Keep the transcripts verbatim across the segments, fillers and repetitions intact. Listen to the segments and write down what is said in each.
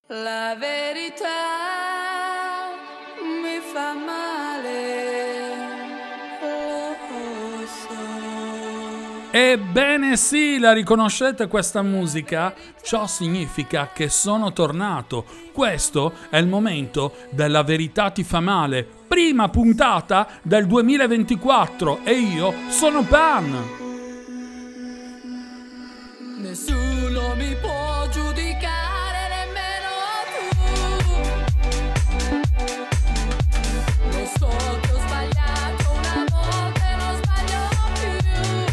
La verità mi fa male, lo so. Ebbene sì, la riconoscete questa musica? Ciò significa che sono tornato. Questo è il momento della verità ti fa male. Prima puntata del duemilaventiquattro e io sono Pan. Nessuno mi può giudicare, nemmeno tu. Lo so che ho sbagliato una volta e non sbaglio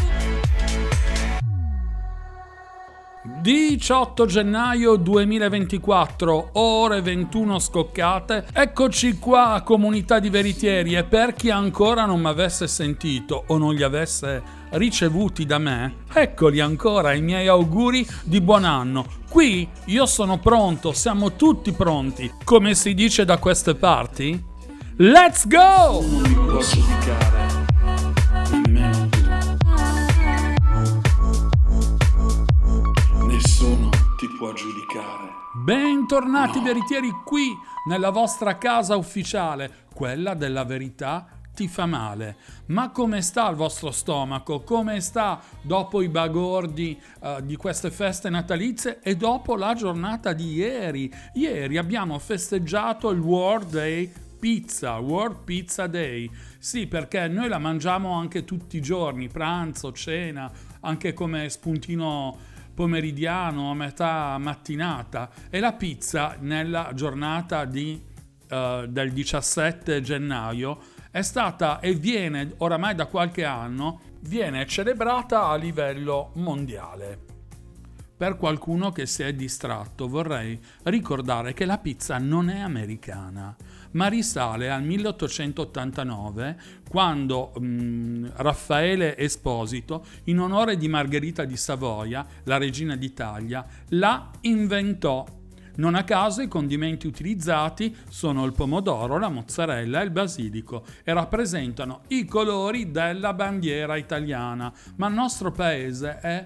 più. diciotto gennaio duemilaventiquattro, ore ventuno scoccate. Eccoci qua, comunità di veritieri, e per chi ancora non mi avesse sentito o non li avesse ricevuti da me, eccoli ancora i miei auguri di buon anno. Qui io sono pronto, siamo tutti pronti. Come si dice da queste parti? Let's go! Non posso giudicare, nemmeno tu. Nessuno ti può giudicare. Bentornati No. veritieri qui nella vostra casa ufficiale, quella della verità ti fa male. Ma come sta il vostro stomaco? Come sta dopo i bagordi uh, di queste feste natalizie e dopo la giornata di ieri? Ieri abbiamo festeggiato il World Day Pizza, World Pizza Day. Sì, perché noi la mangiamo anche tutti i giorni, pranzo, cena, anche come spuntino pomeridiano, a metà mattinata. E la pizza nella giornata di, uh, del diciassette gennaio è stata e viene oramai da qualche anno viene celebrata a livello mondiale. Per qualcuno che si è distratto vorrei ricordare che la pizza non è americana, ma risale al milleottocentottantanove, quando mh, Raffaele Esposito, in onore di Margherita di Savoia, la regina d'Italia, la inventò. Non a caso i condimenti utilizzati sono il pomodoro, la mozzarella e il basilico e rappresentano i colori della bandiera italiana, ma il nostro paese è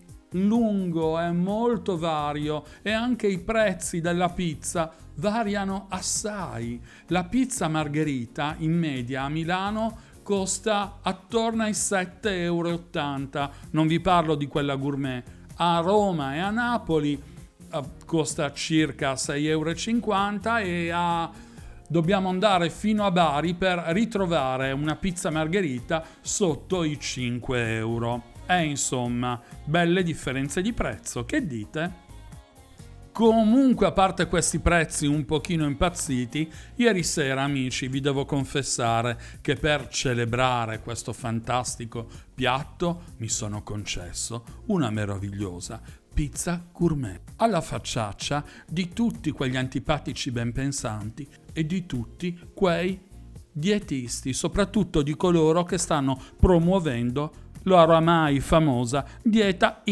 lungo, è molto vario e anche i prezzi della pizza variano assai. La pizza margherita in media a Milano costa attorno ai sette virgola ottanta euro, non vi parlo di quella gourmet. A Roma e a Napoli costa circa sei virgola cinquanta euro e a... dobbiamo andare fino a Bari per ritrovare una pizza margherita sotto i cinque euro. E insomma, belle differenze di prezzo, che dite? Comunque, a parte questi prezzi un pochino impazziti, ieri sera, amici, vi devo confessare che per celebrare questo fantastico piatto mi sono concesso una meravigliosa pizza gourmet, alla facciaccia di tutti quegli antipatici ben pensanti e di tutti quei dietisti, soprattutto di coloro che stanno promuovendo la oramai famosa dieta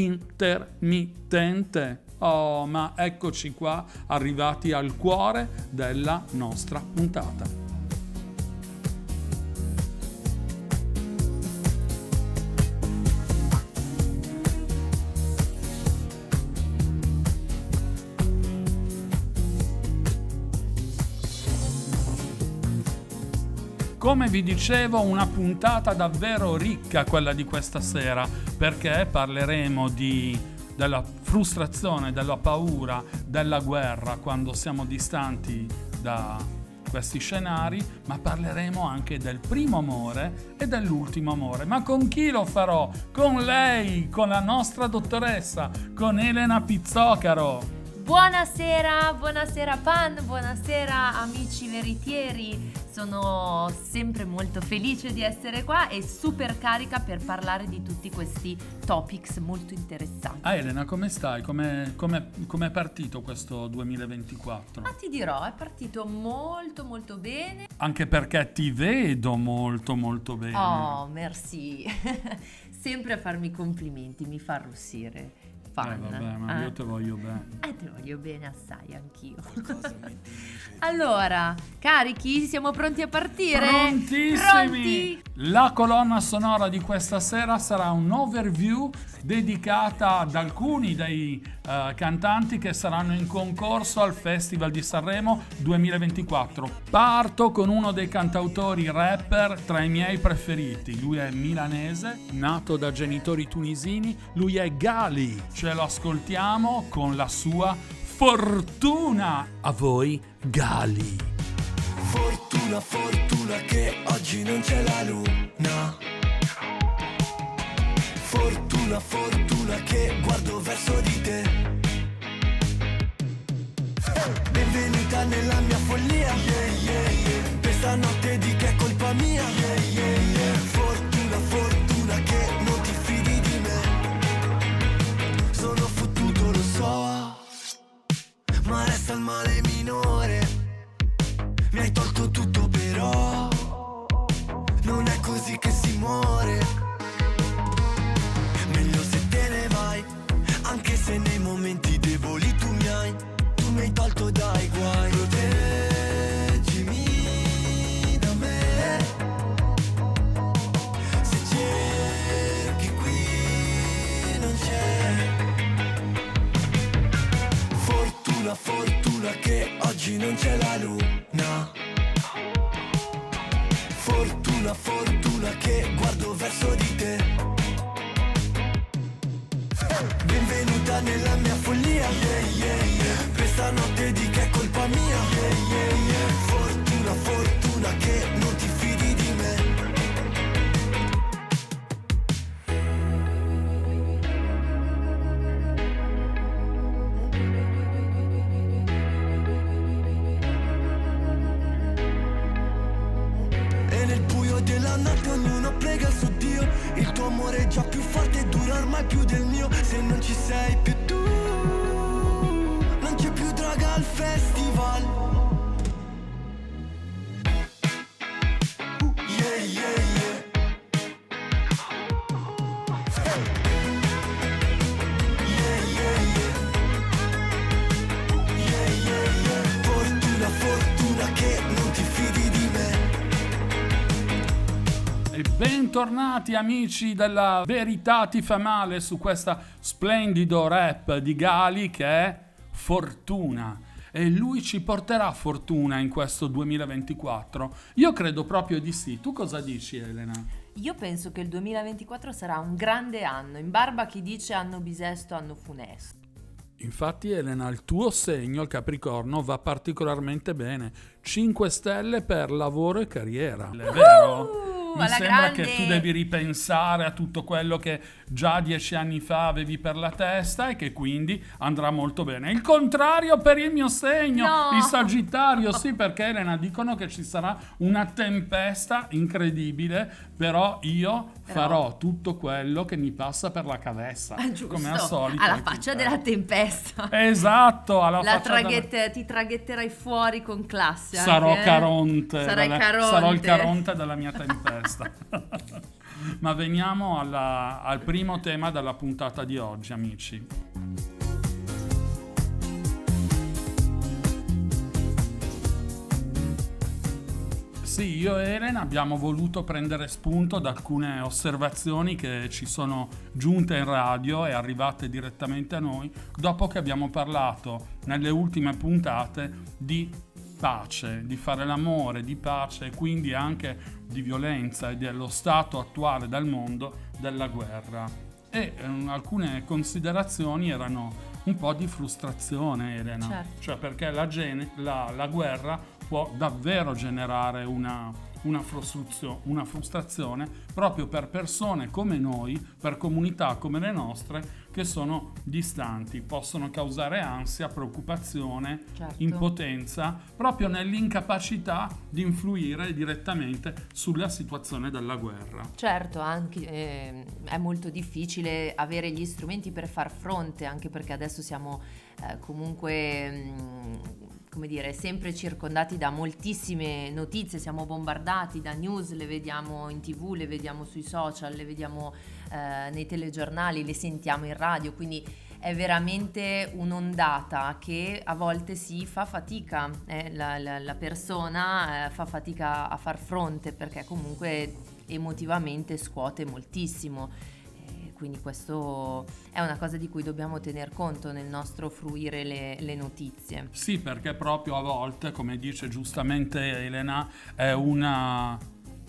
intermittente. Oh, ma eccoci qua, arrivati al cuore della nostra puntata. Come vi dicevo, una puntata davvero ricca quella di questa sera, perché parleremo di, della frustrazione, della paura, della guerra quando siamo distanti da questi scenari, ma parleremo anche del primo amore e dell'ultimo amore. Ma con chi lo farò? Con lei, con la nostra dottoressa, con Elena Pizzocaro. Buonasera, buonasera Pan, buonasera amici veritieri. Sono sempre molto felice di essere qua e super carica per parlare di tutti questi topics molto interessanti. Ah, Elena, come stai? Come è partito questo duemilaventiquattro? Ma ti dirò, è partito molto molto bene. Anche perché ti vedo molto molto bene. Oh, merci. Sempre a farmi complimenti, mi fa arrossire. Eh vabbè, ma eh? io te voglio bene. Eh, te voglio bene assai anch'io. Allora, carichi? Siamo pronti a partire? Prontissimi! Pronti? La colonna sonora di questa sera sarà un overview dedicata ad alcuni dei uh, cantanti che saranno in concorso al Festival di Sanremo duemilaventiquattro. Parto con uno dei cantautori rapper tra i miei preferiti. Lui è milanese, nato da genitori tunisini, lui è Gali. Ce lo ascoltiamo con la sua Fortuna. A voi Gali. Fortuna, fortuna che oggi non c'è la luna. Fortuna, fortuna che guardo verso di te. Benvenuta nella mia follia, yeah, yeah, yeah. Questa notte di che è colpa mia, yeah, yeah, yeah. Fortuna, fortuna che non ti fidi di me. Sono fottuto, lo so, ma resta il male minore. Mi hai tolto tutto però non è così che si muore. Meglio se te ne vai, anche se nei momenti deboli tu mi hai, tu mi hai tolto dai guai. Proteggimi da me, se cerchi qui non c'è. Fortuna, fortuna che oggi non c'è la luna. Fortuna, fortuna che guardo verso di te. Benvenuta nella mia follia, yeah, yeah, yeah. Questa notte di che è colpa mia, yeah, yeah, yeah. Fortuna, fortuna che non ti fidi di me. Della notte ognuno prega su Dio. Il tuo amore è già più forte e dura ormai più del mio. Se non ci sei più tu, non c'è più droga al festival. uh, Yeah, yeah, yeah. Yeah, yeah, yeah. Yeah, yeah, yeah. Fortuna, fortuna che non ti fidi di me. E bentornati amici della Verità ti fa male su questa splendido rap di Gali che è Fortuna. E lui ci porterà fortuna in questo duemilaventiquattro? Io credo proprio di sì. Tu cosa dici, Elena? Io penso che il duemilaventiquattro sarà un grande anno, in barba a chi dice anno bisesto, anno funesto. Infatti, Elena, il tuo segno, il Capricorno, va particolarmente bene. cinque stelle per lavoro e carriera. È vero? Mi alla sembra grande. che tu devi ripensare a tutto quello che già dieci anni fa avevi per la testa e che quindi andrà molto bene. Il contrario per il mio segno, No. il Sagittario. Sì, perché Elena, dicono che ci sarà una tempesta incredibile, però io Però- farò tutto quello che mi passa per la cavessa, Ah, giusto. come al solito. Alla E faccia chi- della tempesta. Esatto, alla La faccia della- traghette- ti traghetterai fuori con classe. Sarò anche, eh? Caronte, Sarai della- Caronte. sarò il Caronte della mia tempesta. Ma veniamo alla- al primo tema della puntata di oggi, amici. Sì, io e Elena abbiamo voluto prendere spunto da alcune osservazioni che ci sono giunte in radio e arrivate direttamente a noi dopo che abbiamo parlato nelle ultime puntate di pace, di fare l'amore, di pace e quindi anche di violenza e dello stato attuale del mondo della guerra. E ehm, alcune considerazioni erano un po' di frustrazione, Elena. Certo. Cioè perché la, gene- la- la guerra può davvero generare una, una, frustrazio- una frustrazione proprio per persone come noi, per comunità come le nostre, che sono distanti, possono causare ansia, preoccupazione, Certo. impotenza, proprio nell'incapacità di influire direttamente sulla situazione della guerra. Certo, anche, eh, è molto difficile avere gli strumenti per far fronte, anche perché adesso siamo eh, comunque, mh, come dire, sempre circondati da moltissime notizie, siamo bombardati da news, le vediamo in tv, le vediamo sui social, le vediamo eh, nei telegiornali, le sentiamo in radio, quindi è veramente un'ondata che a volte si fa fatica, eh, la, la, la persona eh, fa fatica a far fronte, perché comunque emotivamente scuote moltissimo. Eh, quindi questo è una cosa di cui dobbiamo tener conto nel nostro fruire le, le notizie. Sì, perché proprio a volte, come dice giustamente Elena, è una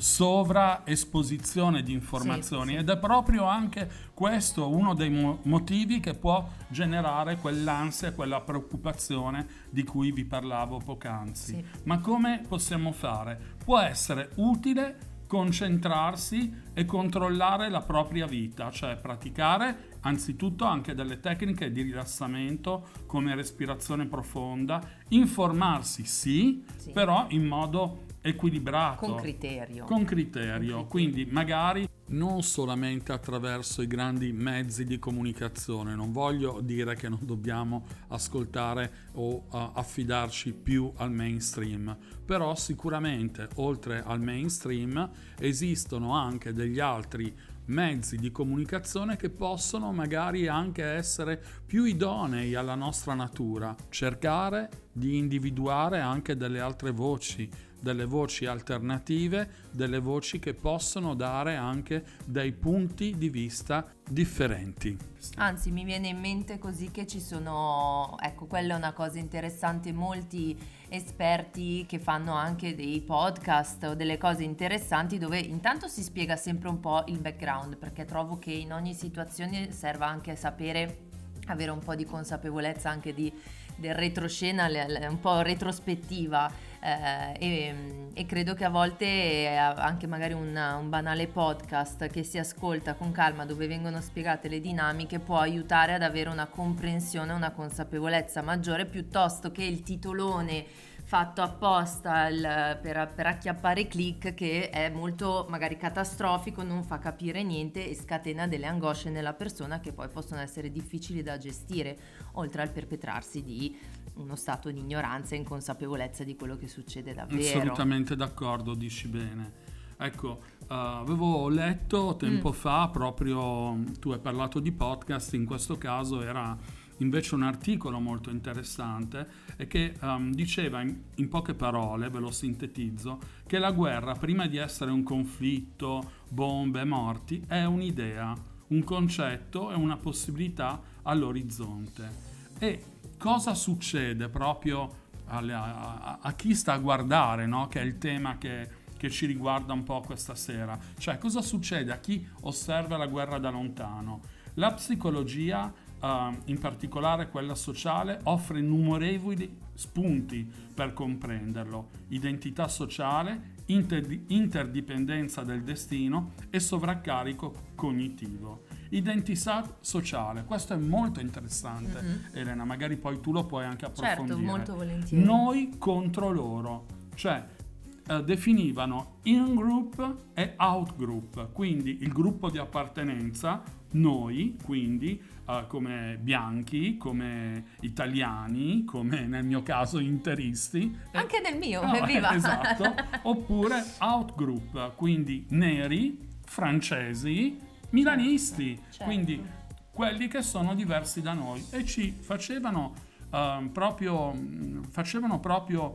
sovraesposizione di informazioni, Sì, sì. ed è proprio anche questo uno dei mo- motivi che può generare quell'ansia, quella preoccupazione di cui vi parlavo poc'anzi. Sì. Ma come possiamo fare? Può essere utile concentrarsi e controllare la propria vita, cioè praticare anzitutto anche delle tecniche di rilassamento come respirazione profonda, informarsi sì, Sì. però in modo equilibrato, Con criterio. con criterio, Con criterio. quindi magari non solamente attraverso i grandi mezzi di comunicazione. Non voglio dire che non dobbiamo ascoltare o uh, affidarci più al mainstream, però sicuramente oltre al mainstream esistono anche degli altri mezzi di comunicazione che possono magari anche essere più idonei alla nostra natura. Cercare di individuare anche delle altre voci, delle voci alternative, delle voci che possono dare anche dei punti di vista differenti. Anzi, mi viene in mente così che ci sono, ecco, quella è una cosa interessante, molti esperti che fanno anche dei podcast o delle cose interessanti dove intanto si spiega sempre un po' il background, perché trovo che in ogni situazione serva anche sapere, avere un po' di consapevolezza anche di, del retroscena, le- le- un po' retrospettiva, eh, e, e credo che a volte eh, anche magari un, un banale podcast che si ascolta con calma, dove vengono spiegate le dinamiche, può aiutare ad avere una comprensione, una consapevolezza maggiore, piuttosto che il titolone fatto apposta il- per, per acchiappare click, che è molto magari catastrofico, non fa capire niente e scatena delle angosce nella persona che poi possono essere difficili da gestire, oltre al perpetrarsi di uno stato di ignoranza e inconsapevolezza di quello che succede davvero. Assolutamente d'accordo, dici bene. Ecco, uh, avevo letto tempo Mm. fa, proprio tu hai parlato di podcast, in questo caso era invece un articolo molto interessante e che um, diceva in, in poche parole, ve lo sintetizzo, che la guerra, prima di essere un conflitto, bombe, morti, è un'idea, un concetto e una possibilità all'orizzonte. E cosa succede proprio alle- a, a- a chi sta a guardare, no? Che è il tema che, che ci riguarda un po' questa sera. Cioè, cosa succede a chi osserva la guerra da lontano? La psicologia, eh, in particolare quella sociale, offre innumerevoli spunti per comprenderlo: identità sociale, inter- interdipendenza del destino e sovraccarico cognitivo. Identità sociale, questo è molto interessante, Mm-hmm. Elena, magari poi tu lo puoi anche approfondire. Certo, molto volentieri. Noi contro loro, cioè eh, definivano in-group e out-group, quindi il gruppo di appartenenza, noi, quindi eh, come bianchi, come italiani, come nel mio caso interisti. Anche nel mio, No, evviva! esatto, oppure out-group, quindi neri, francesi, milanisti, certo. quindi quelli che sono diversi da noi, e ci facevano eh, proprio mh, facevano proprio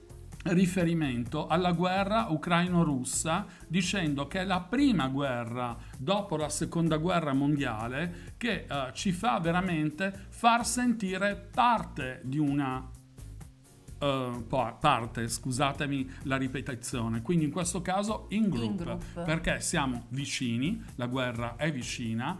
riferimento alla guerra ucraino-russa, dicendo che è la prima guerra dopo la seconda guerra mondiale che eh, ci fa veramente far sentire parte di una Uh, pa- parte, scusatemi la ripetizione, quindi in questo caso in group, In group. perché siamo vicini, la guerra è vicina,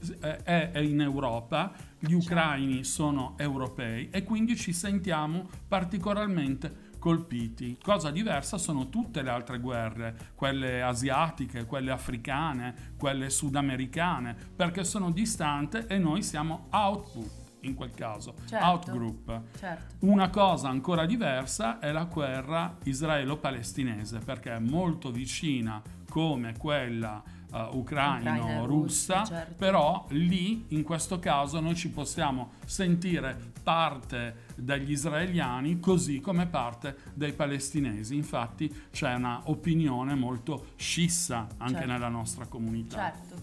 è, è in Europa, gli ucraini sono europei e quindi ci sentiamo particolarmente colpiti. Cosa diversa sono tutte le altre guerre, quelle asiatiche, quelle africane, quelle sudamericane, perché sono distanti e noi siamo output. In quel caso, Certo. outgroup. Certo. Una cosa ancora diversa è la guerra israelo-palestinese, perché è molto vicina come quella uh, Ucraina e ucraino-russa, russa, certo. però lì in questo caso noi ci possiamo sentire parte degli israeliani così come parte dei palestinesi. Infatti c'è una opinione molto scissa anche Certo. nella nostra comunità. Certo.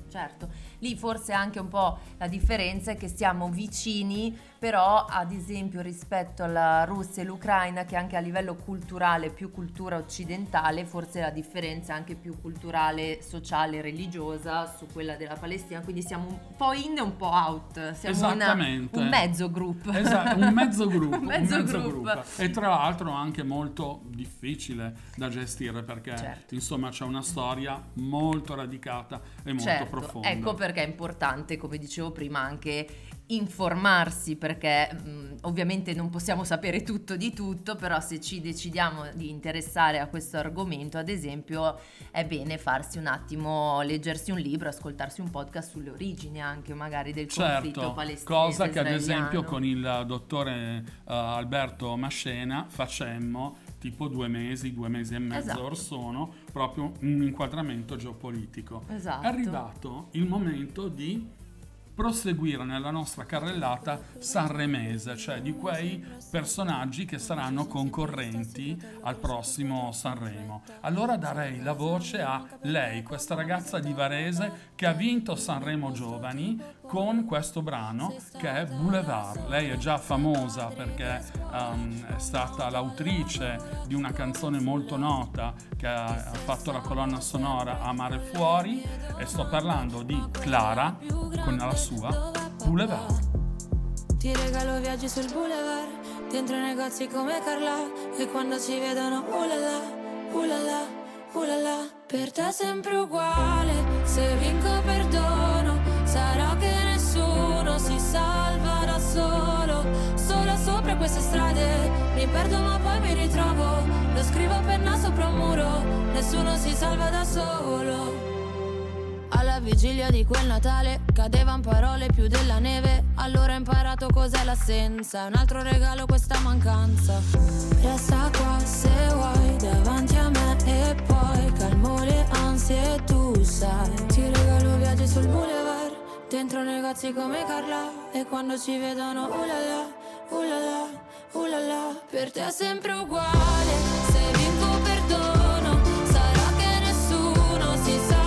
certo. Lì forse anche un po' la differenza è che siamo vicini, però ad esempio rispetto alla Russia e l'Ucraina, che anche a livello culturale, più cultura occidentale, forse la differenza è anche più culturale, sociale, religiosa su quella della Palestina, quindi siamo un po' in e un po' out, siamo una, Esattamente. un mezzo gruppo. Esatto, un mezzo gruppo, un mezzo un mezzo gruppo. gruppo. E tra l'altro anche molto difficile da gestire, perché Certo. insomma c'è una storia molto radicata e molto Certo, profonda. ecco perché è importante, come dicevo prima, anche informarsi, perché mh, ovviamente non possiamo sapere tutto di tutto, però se ci decidiamo di interessare a questo argomento, ad esempio, è bene farsi un attimo, leggersi un libro, ascoltarsi un podcast sulle origini anche magari del conflitto Certo, palestinese cosa che ad israeliano. esempio con il dottore uh, Alberto Mascena facemmo tipo due mesi, due mesi e mezzo Esatto. or sono, proprio un inquadramento geopolitico. Esatto. È arrivato il momento di proseguire nella nostra carrellata sanremese, cioè di quei personaggi che saranno concorrenti al prossimo Sanremo. Allora darei la voce a lei, questa ragazza di Varese che ha vinto Sanremo Giovani con questo brano che è Boulevard. Lei è già famosa perché um, è stata l'autrice di una canzone molto nota che ha, ha fatto la colonna sonora a Mare Fuori, e sto parlando di Clara con la sua Boulevard. Ti regalo viaggi sul boulevard, dentro negozi come Carla, e quando ci vedono ulala, ulala, ulala. Per te è sempre uguale, se vinco perdono, sarà che nessuno si salva da solo. Solo sopra queste strade, mi perdo ma poi mi ritrovo, lo scrivo a penna sopra un muro, nessuno si salva da solo. Alla vigilia di quel Natale cadevan parole più della neve, allora ho imparato cos'è l'assenza, un altro regalo questa mancanza. Resta qua se vuoi davanti a me e poi calmo le ansie, tu sai. Ti regalo viaggi sul boulevard, dentro negozi come Carla, e quando ci vedono ulala, ulala, ulala. Per te è sempre uguale, se vinco perdono, sarà che nessuno si salva.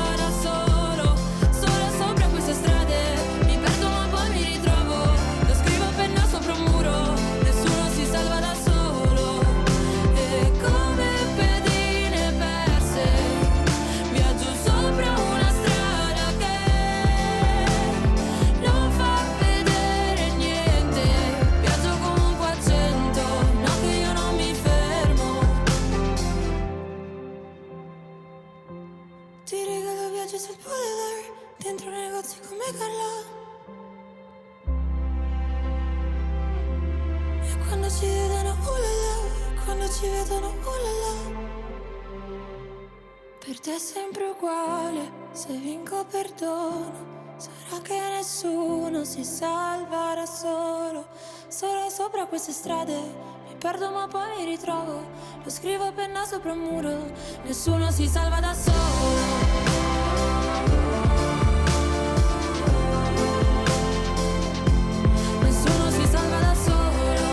Per te è sempre uguale, se vinco perdono, sarà che nessuno si salva da solo. Solo sopra queste strade, mi perdo ma poi mi ritrovo, lo scrivo a penna sopra un muro, nessuno si salva da solo. Nessuno si salva da solo.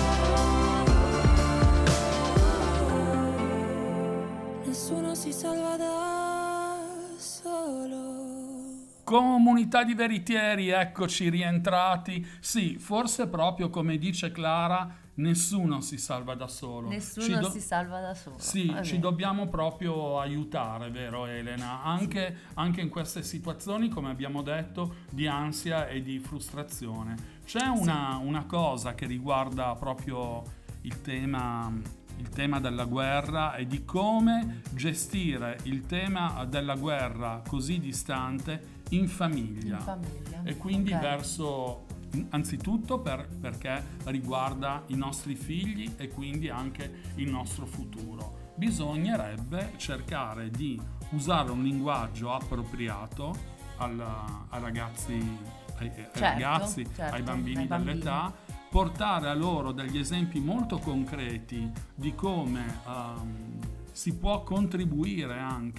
Nessuno si salva da solo. Comunità di veritieri, eccoci rientrati. Sì, forse proprio come dice Clara, nessuno si salva da solo. Nessuno Ci do- si salva da solo. Sì, Va ci bene. dobbiamo proprio aiutare, vero Elena? Anche, anche in queste situazioni, come abbiamo detto, di ansia e di frustrazione. C'è una, una cosa che riguarda proprio il tema, il tema della guerra e di come gestire il tema della guerra così distante in famiglia. In famiglia. E quindi Ok. verso, anzitutto per, perché riguarda i nostri figli e quindi anche il nostro futuro. Bisognerebbe cercare di usare un linguaggio appropriato alla- ai ragazzi, ai, ai Certo, ragazzi, certo, ai bambini ai bambini. dell'età, portare a loro degli esempi molto concreti di come ehm, si può contribuire anche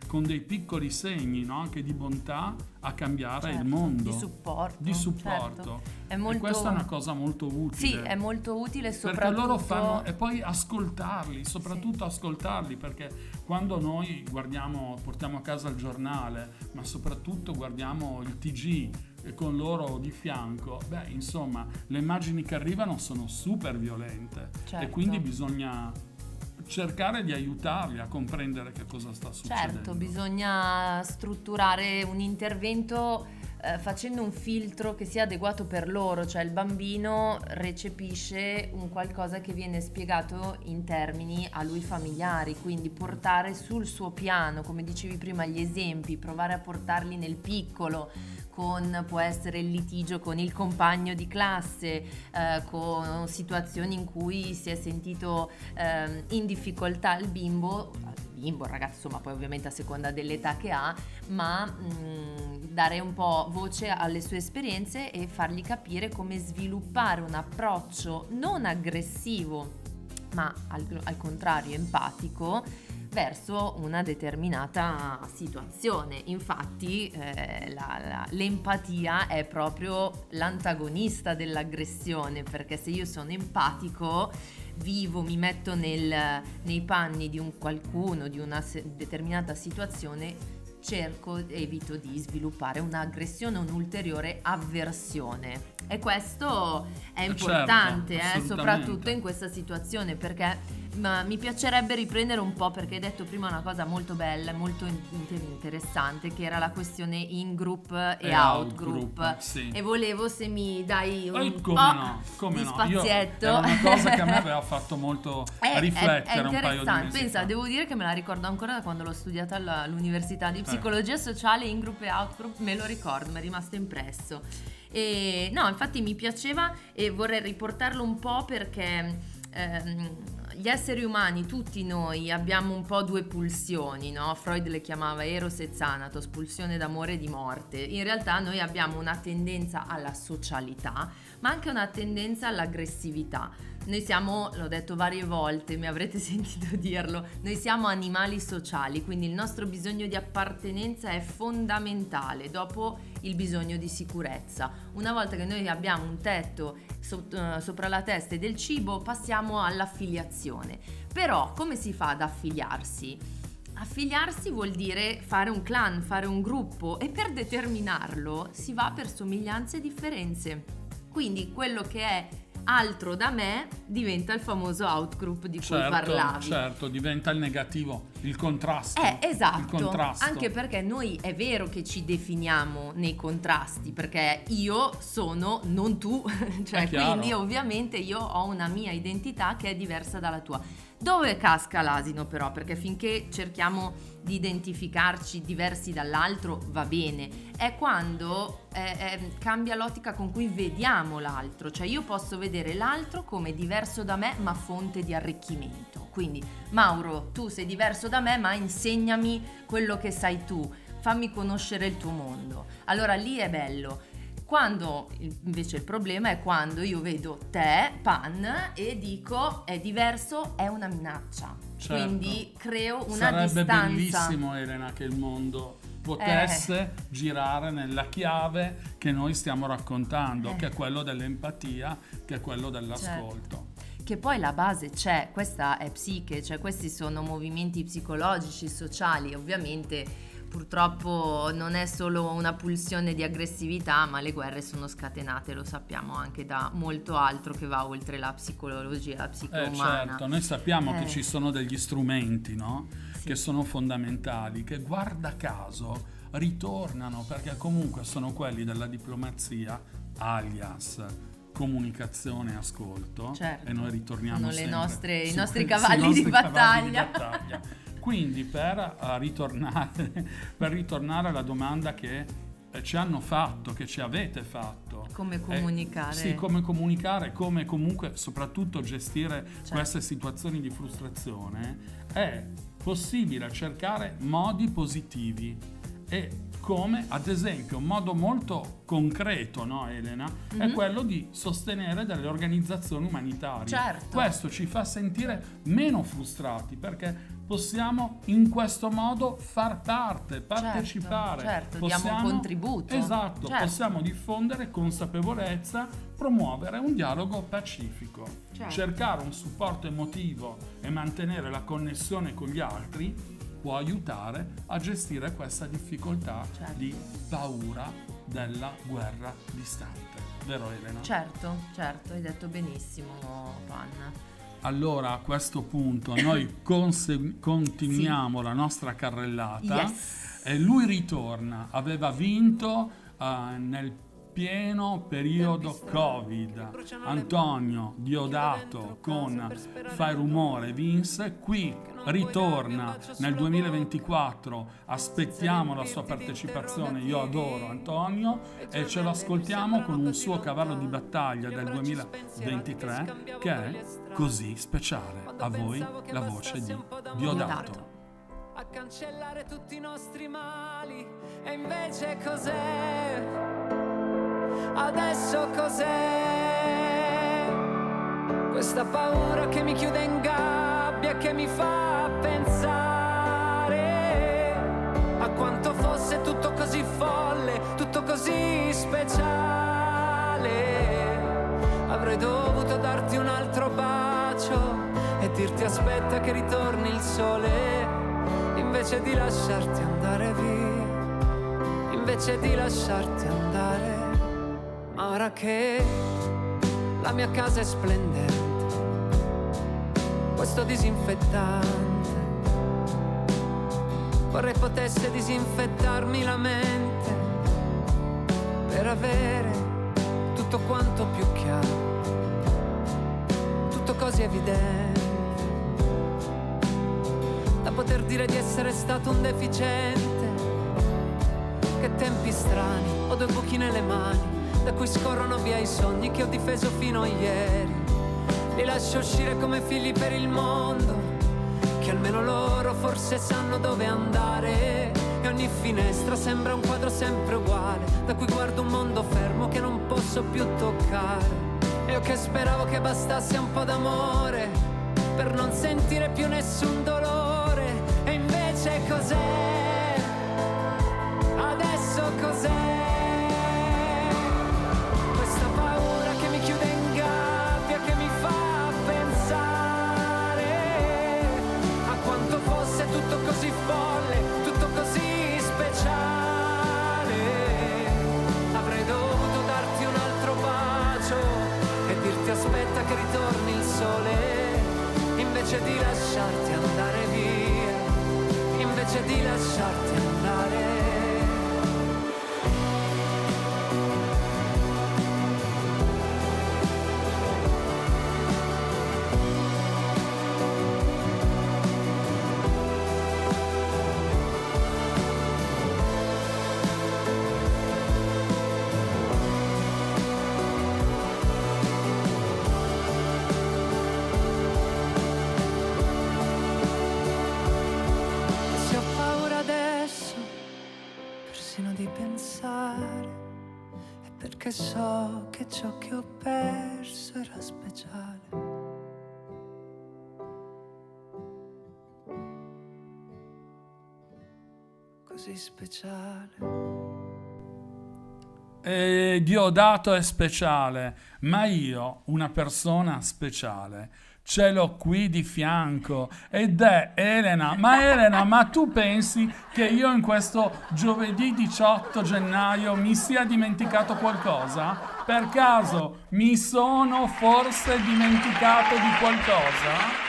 con dei piccoli segni, no? Anche di bontà, a cambiare Certo, il mondo. di supporto, Di supporto. certo. È molto- E questa è una cosa molto utile. Sì, è molto utile Perché soprattutto... loro fanno, e poi ascoltarli, soprattutto ascoltarli, perché quando noi guardiamo, portiamo a casa il giornale, ma soprattutto guardiamo il T G e con loro di fianco, beh, insomma, le immagini che arrivano sono super violente, Certo. e quindi bisogna cercare di aiutarli a comprendere che cosa sta succedendo. Certo, bisogna strutturare un intervento eh, facendo un filtro che sia adeguato per loro, cioè il bambino recepisce un qualcosa che viene spiegato in termini a lui familiari, quindi portare sul suo piano, come dicevi prima, gli esempi, provare a portarli nel piccolo, con, può essere il litigio con il compagno di classe, eh, con situazioni in cui si è sentito eh, in difficoltà il bimbo, il bimbo, il ragazzo, insomma, poi ovviamente a seconda dell'età che ha, ma mh, dare un po' voce alle sue esperienze e fargli capire come sviluppare un approccio non aggressivo, ma al, al contrario empatico, verso una determinata situazione. Infatti eh, la, la, l'empatia è proprio l'antagonista dell'aggressione, perché se io sono empatico, vivo, mi metto nel, nei panni di un qualcuno, di una se- determinata situazione, cerco, evito di sviluppare un'aggressione, un'ulteriore avversione. E questo è importante, Certo, eh, soprattutto in questa situazione, perché ma mi piacerebbe riprendere un po', perché hai detto prima una cosa molto bella, molto in- interessante, che era la questione in group e, E out out group, group, sì. e volevo se mi dai un Eh, come po' no, come di no. Io, spazietto. era una cosa che a me aveva fatto molto È, riflettere è, è un paio di interessante. mesi Pensa, fa. devo dire che me la ricordo ancora da quando l'ho studiata alla- all'università di psicologia sociale, in group e out group, me lo ricordo, mi è rimasto impresso. E no, infatti mi piaceva e vorrei riportarlo un po' perché ehm, gli esseri umani, tutti noi, abbiamo un po' due pulsioni, no? Freud le chiamava Eros e Thanatos, pulsione d'amore e di morte. In realtà noi abbiamo una tendenza alla socialità, ma anche una tendenza all'aggressività. Noi siamo, l'ho detto varie volte, mi avrete sentito dirlo, noi siamo animali sociali, quindi il nostro bisogno di appartenenza è fondamentale, dopo il bisogno di sicurezza. Una volta che noi abbiamo un tetto so- uh, sopra la testa e del cibo, passiamo all'affiliazione. Però come si fa ad affiliarsi? Affiliarsi vuol dire fare un clan, fare un gruppo, e per determinarlo si va per somiglianze e differenze. Quindi quello che è altro da me diventa il famoso outgroup di cui Certo, parlavi. certo, diventa il negativo, il contrasto. Eh, esatto, Il contrasto. anche perché noi è vero che ci definiamo nei contrasti, perché io sono non tu, cioè È chiaro. quindi ovviamente io ho una mia identità che è diversa dalla tua. Dove casca l'asino però? Perché finché cerchiamo di identificarci diversi dall'altro va bene, è quando eh, eh, cambia l'ottica con cui vediamo l'altro, cioè io posso vedere l'altro come diverso da me ma fonte di arricchimento. Quindi Mauro, tu sei diverso da me ma insegnami quello che sai tu, fammi conoscere il tuo mondo. Allora lì è bello. Quando invece il problema è quando io vedo te, Pan, e dico è diverso, è una minaccia. Certo. Quindi creo una Sarebbe distanza. bellissimo, Elena, che il mondo potesse Eh. girare nella chiave che noi stiamo raccontando, Eh. che è quello dell'empatia, che è quello dell'ascolto. Che poi la base c'è, questa è psiche, cioè questi sono movimenti psicologici, sociali, ovviamente purtroppo non è solo una pulsione di aggressività, ma le guerre sono scatenate, lo sappiamo, anche da molto altro che va oltre la psicologia, la psiche Eh, umana. certo, noi sappiamo Eh. che ci sono degli strumenti, no? Sì. Che sono fondamentali, che guarda caso ritornano, perché comunque sono quelli della diplomazia, alias comunicazione e ascolto, Certo. e noi ritorniamo Sono le sempre nostre- i su nostri questi cavalli nostri di cavalli battaglia. di battaglia. Quindi per uh, ritornare per ritornare alla domanda che eh, ci hanno fatto, che ci avete fatto, Come eh, comunicare. sì, come comunicare, come comunque soprattutto gestire Certo. queste situazioni di frustrazione, è possibile cercare modi positivi, e come ad esempio un modo molto concreto, no Elena, è Mhm. quello di sostenere delle organizzazioni umanitarie. Certo. Questo ci fa sentire meno frustrati, perché possiamo in questo modo far parte, partecipare. certo, diamo possiamo, un contributo. Esatto, Certo. possiamo diffondere consapevolezza, promuovere un dialogo pacifico, Certo. cercare un supporto emotivo e mantenere la connessione con gli altri può aiutare a gestire questa difficoltà Certo. di paura della guerra distante. Vero Elena? Certo, certo, hai detto benissimo, Pan. Allora a questo punto noi conse- continuiamo la nostra carrellata. Yes. E lui ritorna, aveva vinto uh, nel pieno periodo Covid. Antonio Diodato con Fai Rumore vinse, qui ritorna nel duemilaventiquattro, aspettiamo la sua partecipazione, io adoro Antonio, e ce lo ascoltiamo con un suo cavallo di battaglia del duemilaventitré che è Così speciale. A voi la voce di Diodato. A cancellare tutti i nostri mali, e invece cos'è? Adesso cos'è? Questa paura che mi chiude in gabbia, che mi fa pensare a quanto fosse tutto così folle, tutto così speciale. Avrei dovuto darti un altro bacio e dirti aspetta che ritorni il sole, invece di lasciarti andare via, invece di lasciarti andare. Ma ora che la mia casa è splendente, questo disinfettante vorrei potesse disinfettarmi la mente per avere tutto quanto più chiaro, tutto così evidente, da poter dire di essere stato un deficiente. Che tempi strani, ho due buchi nelle mani da cui scorrono via i sogni che ho difeso fino a ieri. Li lascio uscire come figli per il mondo, che almeno loro forse sanno dove andare. E ogni finestra sembra un quadro sempre uguale, da cui guardo un mondo fermo che non posso più toccare. E io che speravo che bastasse un po' d'amore per non sentire più nessun dolore. E invece cos'è? Adesso cos'è? Questa paura che mi chiude in gabbia, che mi fa pensare a quanto fosse tutto così folle, tutto così speciale. Avrei dovuto darti un altro bacio e dirti aspetta che ritorni il sole, invece di lasciarti andare via, invece di lasciarti andare. Perché so che ciò che ho perso era speciale. Così speciale. E Diodato è speciale, ma io, una persona speciale, ce l'ho qui di fianco ed è Elena. Ma Elena, ma tu pensi che io in questo giovedì diciotto gennaio mi sia dimenticato qualcosa? Per caso mi sono forse dimenticato di qualcosa?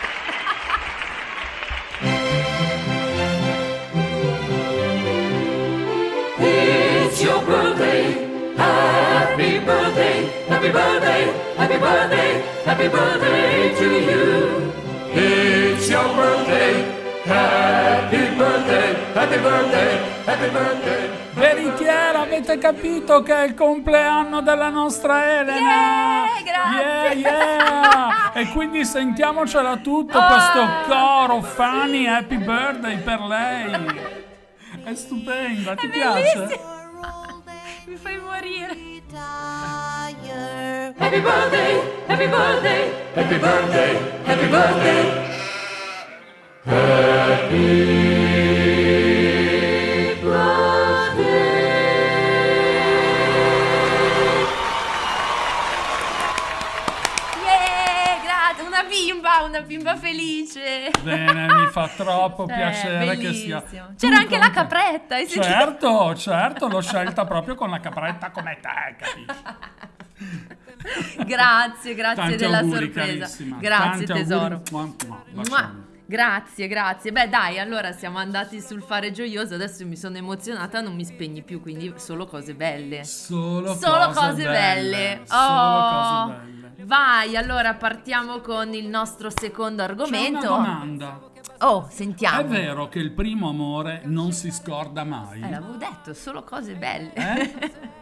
It's your birthday. Happy birthday, happy birthday, happy birthday, happy birthday to you. It's your birthday. Happy birthday, happy birthday, happy birthday. Veritiera, avete capito che è il compleanno della nostra Elena? Yeah, grazie. Yeah, yeah. E quindi sentiamocela tutto, Oh. questo coro funny happy birthday per lei. È stupenda, ti È piace? bellissimo. Mi fai morire. Happy birthday, happy birthday, happy birthday, happy birthday. Happy bimba, una bimba felice. Bene, mi fa troppo Eh, piacere che sia. bellissimo. tu C'era anche la con te. capretta, hai sentito? Certo, certo, l'ho scelta proprio con la capretta come te, capisci? Grazie, grazie Tanti della auguri, sorpresa. carissima. Grazie Tanti tesoro. auguri. Mua, mua, Mua. bacioni. Grazie, grazie. Beh, dai, allora siamo andati sul fare gioioso. Adesso mi sono emozionata, non mi spegni più, quindi solo cose belle. Solo, Solo cose, cose belle. Solo Oh. cose belle. Vai, allora partiamo con il nostro secondo C'è una argomento. domanda. Oh, sentiamo. È vero che il primo amore non si scorda mai? Eh, l'avevo detto, solo cose belle. Eh?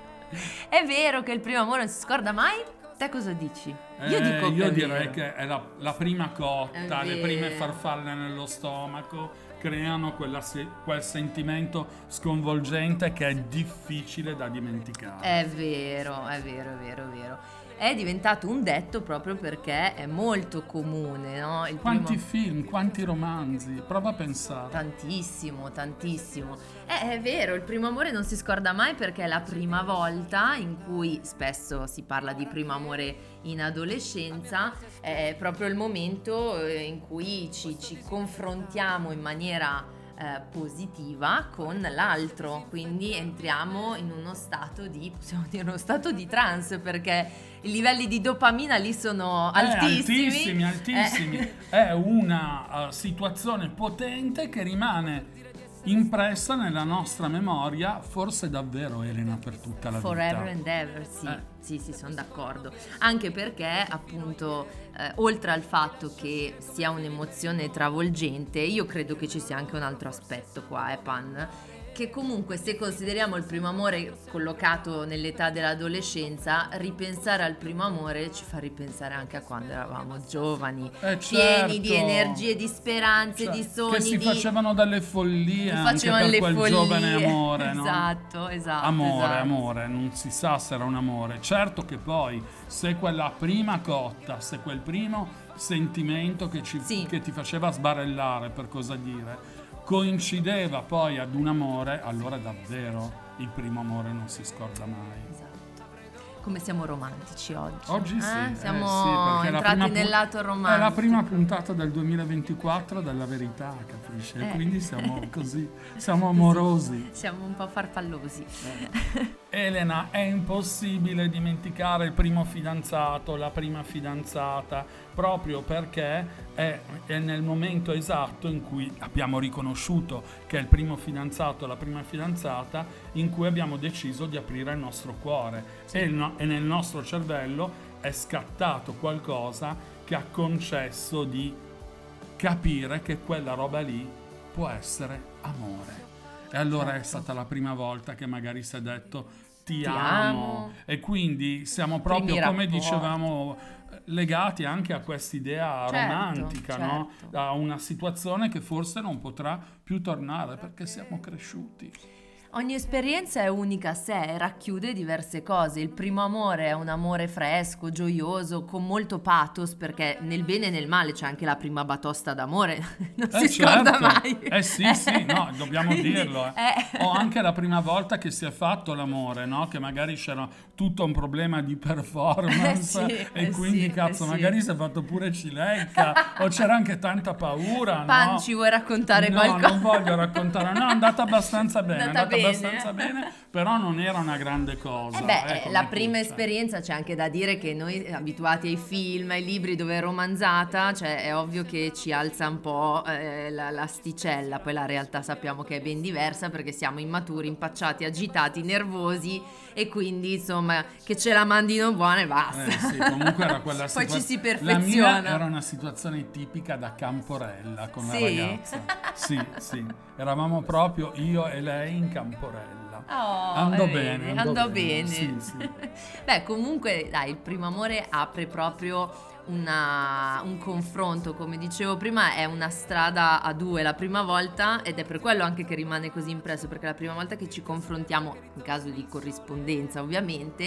È vero che il primo amore non si scorda mai? Te cosa dici? Io Eh, dico che io è direi vero. che è la, la prima cotta, È le prime vero. farfalle nello stomaco creano quella se- quel sentimento sconvolgente che è difficile da dimenticare. È vero, è vero, è vero, è vero. È diventato un detto proprio perché è molto comune, no? Il Quanti primo... film, quanti romanzi, prova a pensare. Tantissimo, tantissimo. Eh, è vero, il primo amore non si scorda mai perché è la prima volta in cui spesso si parla di primo amore in adolescenza, è proprio il momento eh, in cui ci, ci confrontiamo in maniera eh, positiva con l'altro, quindi entriamo in uno stato di, possiamo dire uno stato di trance perché i livelli di dopamina lì sono Eh, altissimi. altissimi, altissimi. Eh. È una uh, situazione potente che rimane impressa nella nostra memoria, forse davvero, Elena, per tutta la Forever vita. and ever, sì, Eh. sì, sì, sono d'accordo. Anche perché, appunto, eh, oltre al fatto che sia un'emozione travolgente, io credo che ci sia anche un altro aspetto qua, eh, Pan, che comunque se consideriamo il primo amore collocato nell'età dell'adolescenza, ripensare al primo amore ci fa ripensare anche a quando eravamo giovani, Eh, pieni di certo. energie, di speranze, Cioè, di sogni, che si di... facevano delle follie che anche facevano per le quel follie. giovane amore, no? Esatto, esatto. Amore, esatto. amore, non si sa se era un amore. Certo che poi, se quella prima cotta, se quel primo sentimento che, ci, Sì. che ti faceva sbarellare, per cosa dire, coincideva poi ad un amore, allora davvero il primo amore non si scorda mai. Esatto. Come siamo romantici oggi. Oggi eh? sì, eh, Siamo sì, perché è la entrati prima pu- nel lato romantico. È la prima puntata del duemilaventiquattro della verità, capisci? E Eh. quindi siamo così, siamo amorosi. Siamo un po' farfallosi. Elena, è impossibile dimenticare il primo fidanzato, la prima fidanzata, proprio perché è, è nel momento esatto in cui abbiamo riconosciuto che è il primo fidanzato, la prima fidanzata, in cui abbiamo deciso di aprire il nostro cuore e, il no- e nel nostro cervello è scattato qualcosa che ha concesso di capire che quella roba lì può essere amore. E allora è stata la prima volta che magari si è detto ti, Ti amo. amo. E quindi siamo proprio, Primi come rapporti. dicevamo, legati anche a quest'idea Certo, romantica, no? certo. A una situazione che forse non potrà più tornare perché siamo cresciuti. Ogni esperienza è unica a sé e racchiude diverse cose. Il primo amore è un amore fresco, gioioso, con molto pathos, perché nel bene e nel male c'è anche la prima batosta d'amore, non Eh, si scorda certo. mai. Eh sì, sì, no, dobbiamo Quindi, dirlo. eh. eh. O anche la prima volta che si è fatto l'amore, no? Che magari c'era tutto un problema di performance Eh sì, e eh quindi, sì, cazzo, eh sì. magari si è fatto pure cilecca o c'era anche tanta paura, Pan, no? ci vuoi raccontare no, qualcosa? non voglio raccontare. No, è andata abbastanza bene, è Andata andata bene. abbastanza bene, però non era una grande cosa. Eh beh, eh, come la tu, prima cioè. esperienza c'è anche da dire che noi abituati ai film, ai libri dove è romanzata, cioè è ovvio che ci alza un po' eh, la- l'asticella, poi la realtà sappiamo che è ben diversa perché siamo immaturi, impacciati, agitati, nervosi e quindi insomma che ce la mandino buona e basta. Eh sì, comunque era quella Poi ci situa- si La perfeziona. mia era una situazione tipica da Camporella con la Sì? ragazza. Sì, sì. Eravamo proprio io e lei in Camporella. Oh, andò eh, bene, vedi, andò andò bene, bene. sì, sì. Beh, comunque, dai, il primo amore apre proprio una- un confronto, come dicevo prima, è una strada a due la prima volta ed è per quello anche che rimane così impresso, perché è la prima volta che ci confrontiamo, in caso di corrispondenza ovviamente,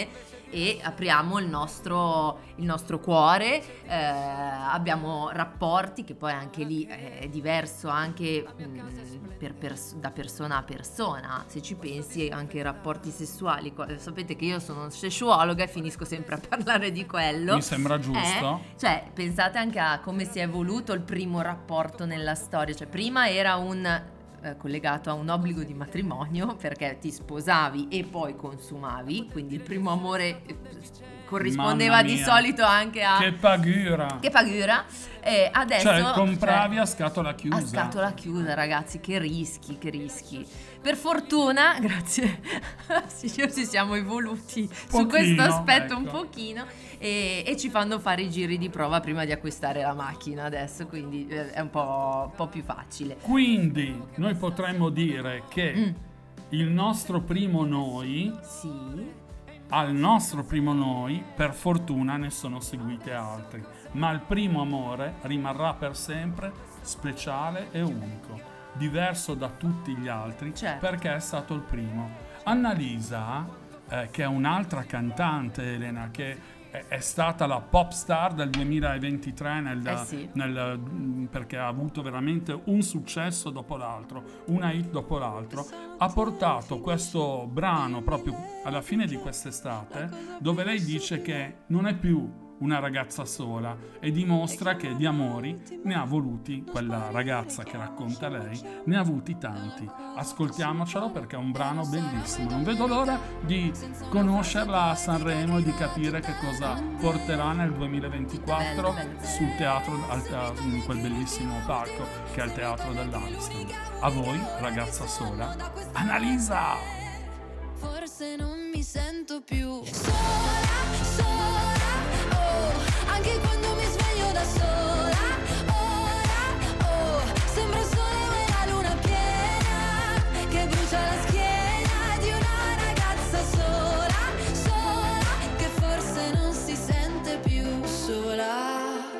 e apriamo il nostro, il nostro cuore, eh, abbiamo rapporti che poi anche lì è diverso anche mh, per pers- da persona a persona, se ci pensi anche i rapporti sessuali. Sapete che io sono sessuologa e finisco sempre a parlare di quello. Mi sembra giusto. Eh? Cioè pensate anche a come si è evoluto il primo rapporto nella storia, cioè prima era un eh, collegato a un obbligo di matrimonio perché ti sposavi e poi consumavi, quindi il primo amore eh, corrispondeva Mamma di mia, solito anche a che pagura, che pagura. E adesso cioè compravi cioè, a scatola chiusa. a scatola chiusa, ragazzi, che rischi, che rischi. Per fortuna, grazie signor, ci siamo evoluti Pochino, su questo aspetto, ecco. un pochino, e, e ci fanno fare i giri di prova prima di acquistare la macchina adesso, quindi eh, è un po', un po' più facile. Quindi noi potremmo dire che Mm. il nostro primo noi, Sì, al nostro primo noi, per fortuna ne sono seguite altri, ma il primo amore rimarrà per sempre speciale e unico, diverso da tutti gli altri, Certo. perché è stato il primo. Annalisa, eh, che è un'altra cantante, Elena, che è, è stata la pop star del duemilaventitré nel, Eh sì. nel- mm, perché ha avuto veramente un successo dopo l'altro, una hit dopo l'altro, ha portato questo brano proprio alla fine di quest'estate, dove lei dice che non è più una ragazza sola e dimostra che di amori ne ha voluti, quella ragazza che racconta lei, ne ha avuti tanti. Ascoltiamocelo perché è un brano bellissimo. Non vedo l'ora di conoscerla a Sanremo e di capire che cosa porterà nel duemilaventiquattro Bello, bello, bello. sul teatro, al, te- in quel bellissimo palco che è il teatro dell'Ariston. A voi, ragazza sola, Annalisa! Forse non mi sento più sola, sola, oh, anche quando mi sveglio da sola, ora, oh, sembra il sole e la luna piena, che brucia la schiena di una ragazza sola, sola, che forse non si sente più sola.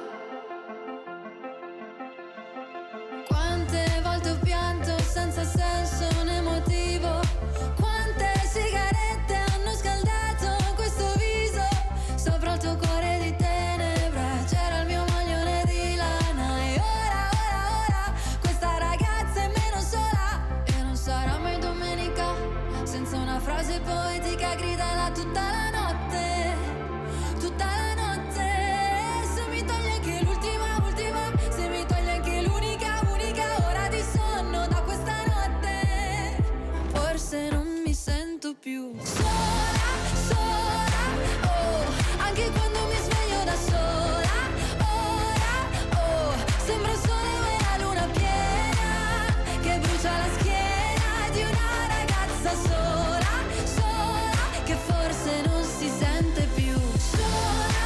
Quante volte ho pianto senza senso né motivo, quante sigarette hanno scaldato questo viso, sopra il tuo cuore di tenebra c'era il mio maglione di lana, e ora, ora, ora questa ragazza è meno sola, e non sarà mai domenica senza una frase poetica gridala tutta la notte, tutta la notte. Se mi toglie anche l'ultima, ultima, se mi toglie anche l'unica, unica ora di sonno da questa notte, forse non mi sento più sola, sola, oh, anche quando mi sveglio da sola, ora, oh, sembra il sole e la luna piena, che brucia la schiena di una ragazza sola, sola, che forse non si sente più sola,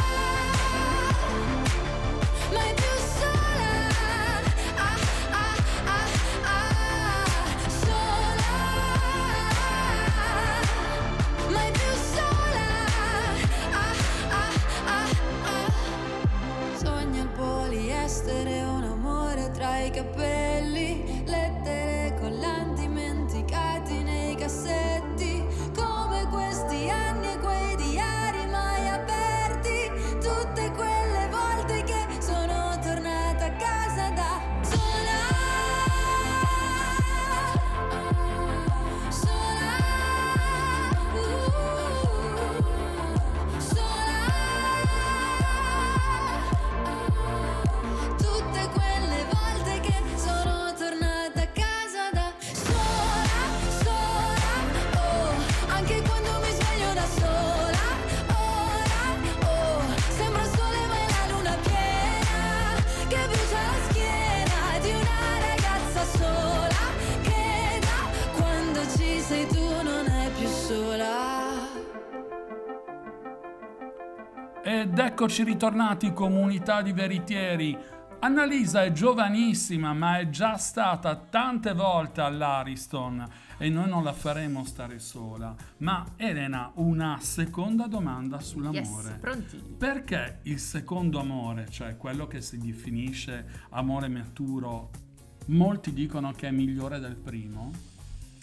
mai più sola, ah, ah, ah, ah, sola, mai più sola, ah, ah, ah, ah. Sogna il poliestere, un amore tra i capelli, lettere collanti dimenticati nei cassetti, come questi anni e quei diari mai aperti, tutte quelle volte che sono tornata a casa da sola, sola, uh, sola, tutte quelle volte che sono tornata a casa da sola, sola, oh, anche quando mi sveglio da sola, ora, oh, sembra il sole ma è la luna piena, che brucia la schiena di una ragazza sola, che da quando ci sei tu non è più sola. Ed eccoci ritornati, comunità di veritieri. Annalisa è giovanissima, ma è già stata tante volte all'Ariston e noi non la faremo stare sola. Ma Elena, una seconda domanda sull'amore. Yes, pronti. Perché il secondo amore, cioè quello che si definisce amore maturo, molti dicono che è migliore del primo? Ma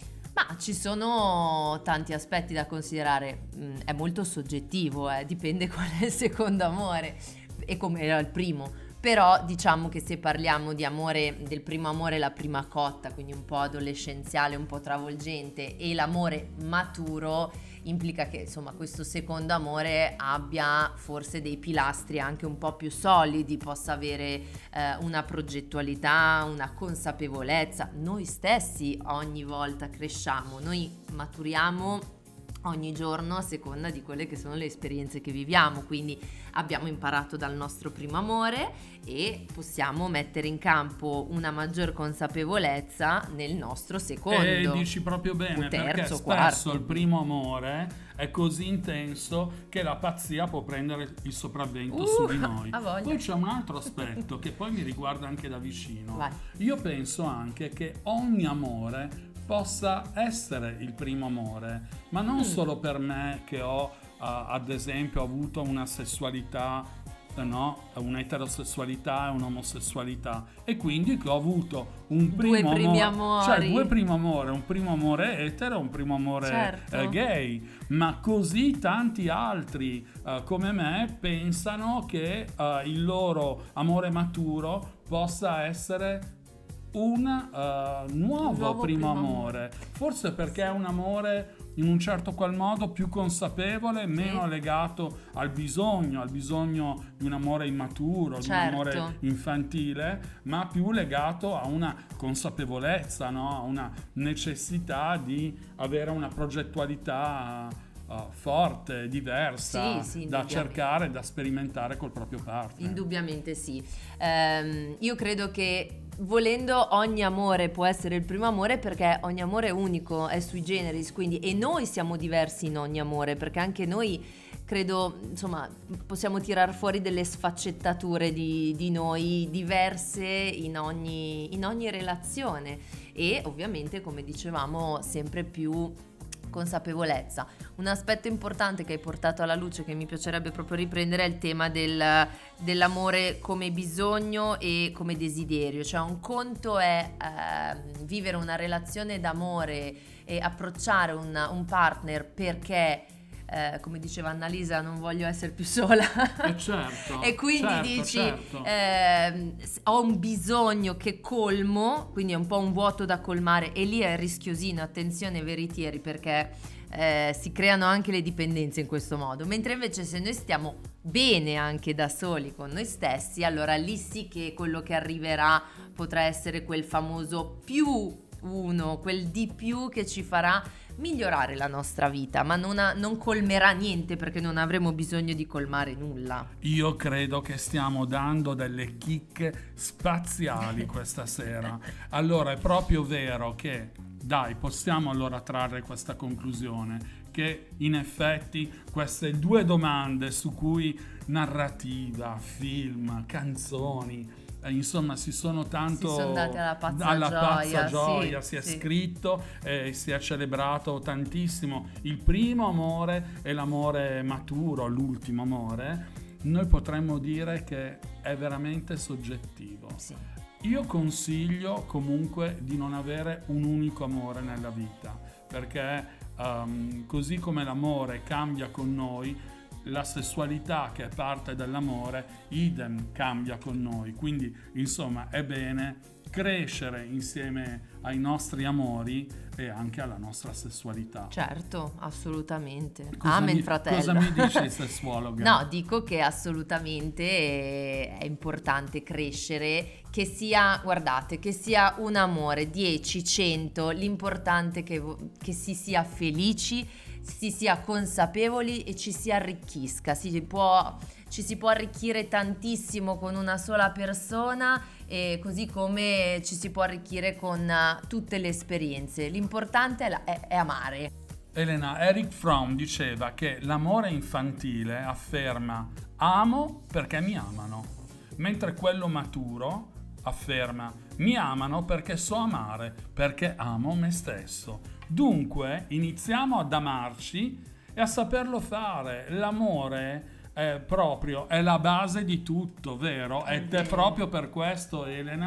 Ma ci sono tanti aspetti da considerare, mm, è molto soggettivo, eh, dipende qual è il secondo amore e come era il primo. Però diciamo che se parliamo di amore, del primo amore, la prima cotta, quindi un po' adolescenziale, un po' travolgente, e l'amore maturo, implica che insomma questo secondo amore abbia forse dei pilastri anche un po' più solidi, possa avere eh, una progettualità, una consapevolezza. Noi stessi ogni volta cresciamo, noi maturiamo ogni giorno a seconda di quelle che sono le esperienze che viviamo, quindi abbiamo imparato dal nostro primo amore e possiamo mettere in campo una maggior consapevolezza nel nostro secondo. E dici proprio bene, terzo, perché spesso quarto. il primo amore è così intenso che la pazzia può prendere il sopravvento Uh, su di noi. ha voglia. Poi c'è un altro aspetto che poi mi riguarda anche da vicino. Vai. Io penso anche che ogni amore possa essere il primo amore, ma non Mm. solo per me che ho uh, ad esempio avuto una sessualità, eh, no, un'eterosessualità e un'omosessualità, e quindi che ho avuto un Due primo primi amore, amori. cioè due primi amore, un primo amore etero e un primo amore Certo. eh, gay, ma così tanti altri eh, come me pensano che eh, il loro amore maturo possa essere un uh, nuovo, nuovo primo primo amore, forse perché è un amore in un certo qual modo più consapevole, meno legato al bisogno, al bisogno di un amore immaturo, Certo. di un amore infantile, ma più legato a una consapevolezza, no? A una necessità di avere una progettualità uh, forte, diversa, Sì, sì, da indubbiamente. cercare, da sperimentare col proprio partner. Indubbiamente sì. Ehm, io credo che volendo ogni amore può essere il primo amore, perché ogni amore è unico, è sui generis, quindi, e noi siamo diversi in ogni amore, perché anche noi credo, insomma, possiamo tirar fuori delle sfaccettature di, di noi diverse in ogni, in ogni relazione, e ovviamente, come dicevamo, sempre più consapevolezza. Un aspetto importante che hai portato alla luce, che mi piacerebbe proprio riprendere, è il tema del, dell'amore come bisogno e come desiderio. Cioè, un conto è eh, vivere una relazione d'amore e approcciare un, un partner perché Eh, come diceva Annalisa, non voglio essere più sola. Eh certo, E quindi certo, dici certo. ehm, s- ho un bisogno che colmo, quindi è un po' un vuoto da colmare, e lì è rischiosino, attenzione veritieri, perché eh, si creano anche le dipendenze in questo modo. Mentre invece se noi stiamo bene anche da soli con noi stessi, allora lì sì che quello che arriverà potrà essere quel famoso più uno, quel di più che ci farà migliorare la nostra vita, ma non, ha- non colmerà niente, perché non avremo bisogno di colmare nulla. Io credo che stiamo dando delle chicche spaziali questa sera. Allora, è proprio vero che, dai, possiamo allora trarre questa conclusione, che in effetti queste due domande su cui narrativa, film, canzoni, eh, insomma, si sono tanto Si sono date alla pazza alla gioia, pazza gioia, sì, si è sì. scritto e si è celebrato tantissimo il primo amore e l'amore maturo, l'ultimo amore. Noi potremmo dire che è veramente soggettivo. Sì. Io consiglio comunque di non avere un unico amore nella vita, perché um, così come l'amore cambia con noi, la sessualità, che è parte dell'amore, idem, cambia con noi. Quindi, insomma, è bene crescere insieme ai nostri amori e anche alla nostra sessualità. Certo, assolutamente. Cosa Amen, mi- fratello. cosa mi dici, sessuologa? No, dico che assolutamente è, è importante crescere, che sia, guardate, che sia un amore dieci, cento, l'importante è che, vo- che si sia felici, si sia consapevoli e ci si arricchisca. Si può, ci si può arricchire tantissimo con una sola persona, e così come ci si può arricchire con uh, tutte le esperienze. L'importante è, la- è- è amare. Elena, Eric Fromm diceva che l'amore infantile afferma amo perché mi amano, mentre quello maturo afferma mi amano perché so amare, perché amo me stesso. Dunque iniziamo ad amarci e a saperlo fare. L'amore è proprio, è la base di tutto, vero? Ed è proprio per questo, Elena,